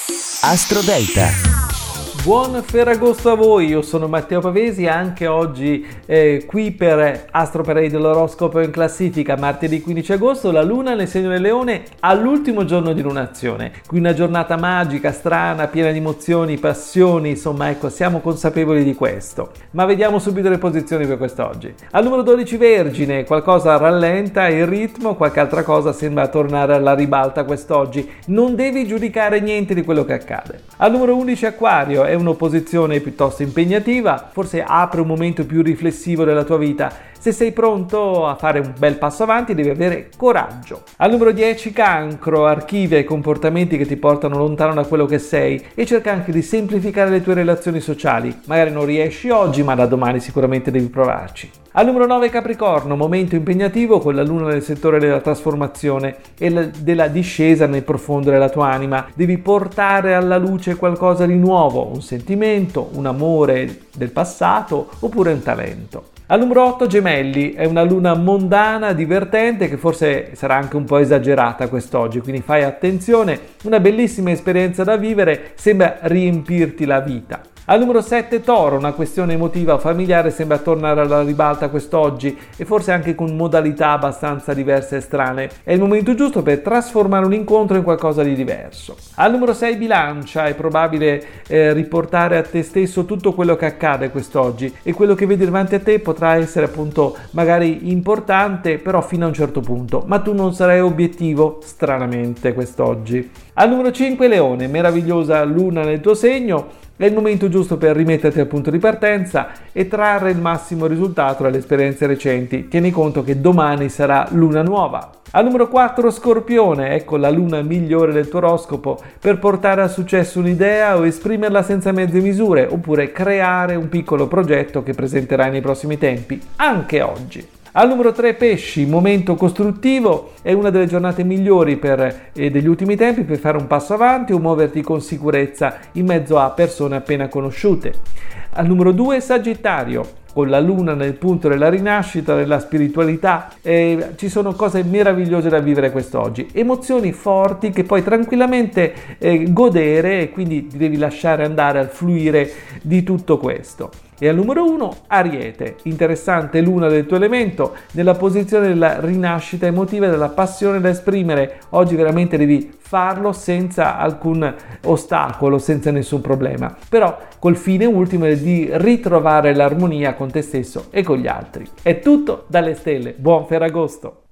Astro Delta. Buon Ferragosto a voi, io sono Matteo Pavesi, anche oggi qui per Astro Parade dell'oroscopo in classifica, martedì 15 agosto, la luna nel segno del Leone all'ultimo giorno di lunazione, qui una giornata magica, strana, piena di emozioni, passioni, insomma ecco, siamo consapevoli di questo. Ma vediamo subito le posizioni per quest'oggi. Al numero 12 Vergine, qualcosa rallenta il ritmo, qualche altra cosa sembra tornare alla ribalta quest'oggi, non devi giudicare niente di quello che accade. Al numero 11 Acquario, è un'opposizione piuttosto impegnativa, forse apre un momento più riflessivo della tua vita. Se sei pronto a fare un bel passo avanti devi avere coraggio. Al numero 10 Cancro, archivia i comportamenti che ti portano lontano da quello che sei e cerca anche di semplificare le tue relazioni sociali. Magari non riesci oggi, ma da domani sicuramente devi provarci. Al numero 9 Capricorno, momento impegnativo con la luna nel settore della trasformazione e della discesa nel profondo della tua anima. Devi portare alla luce qualcosa di nuovo, un sentimento, un amore del passato oppure un talento. Al numero 8 Gemelli, è una luna mondana, divertente, che forse sarà anche un po' esagerata quest'oggi, quindi fai attenzione, una bellissima esperienza da vivere, sembra riempirti la vita. Al numero 7 Toro, una questione emotiva o familiare sembra tornare alla ribalta quest'oggi e forse anche con modalità abbastanza diverse e strane. È il momento giusto per trasformare un incontro in qualcosa di diverso. Al numero 6 Bilancia, è probabile riportare a te stesso tutto quello che accade quest'oggi e quello che vedi davanti a te potrà essere appunto magari importante, però fino a un certo punto, ma tu non sarai obiettivo stranamente quest'oggi. Al numero 5 Leone, meravigliosa luna nel tuo segno. È il momento giusto per rimetterti al punto di partenza e trarre il massimo risultato dalle esperienze recenti. Tieni conto che domani sarà luna nuova. Al numero 4 Scorpione, ecco la luna migliore del tuo oroscopo per portare a successo un'idea o esprimerla senza mezze misure, oppure creare un piccolo progetto che presenterai nei prossimi tempi, anche oggi. Al numero 3 Pesci, momento costruttivo, è una delle giornate migliori degli ultimi tempi per fare un passo avanti o muoverti con sicurezza in mezzo a persone appena conosciute. Al numero 2 Sagittario, con la luna nel punto della rinascita, della spiritualità, ci sono cose meravigliose da vivere quest'oggi, emozioni forti che puoi tranquillamente godere e quindi ti devi lasciare andare al fluire di tutto questo. E al numero 1 Ariete, interessante luna del tuo elemento, nella posizione della rinascita emotiva e della passione da esprimere. Oggi veramente devi farlo senza alcun ostacolo, senza nessun problema, però col fine ultimo è di ritrovare l'armonia con te stesso e con gli altri. È tutto dalle stelle, buon Ferragosto!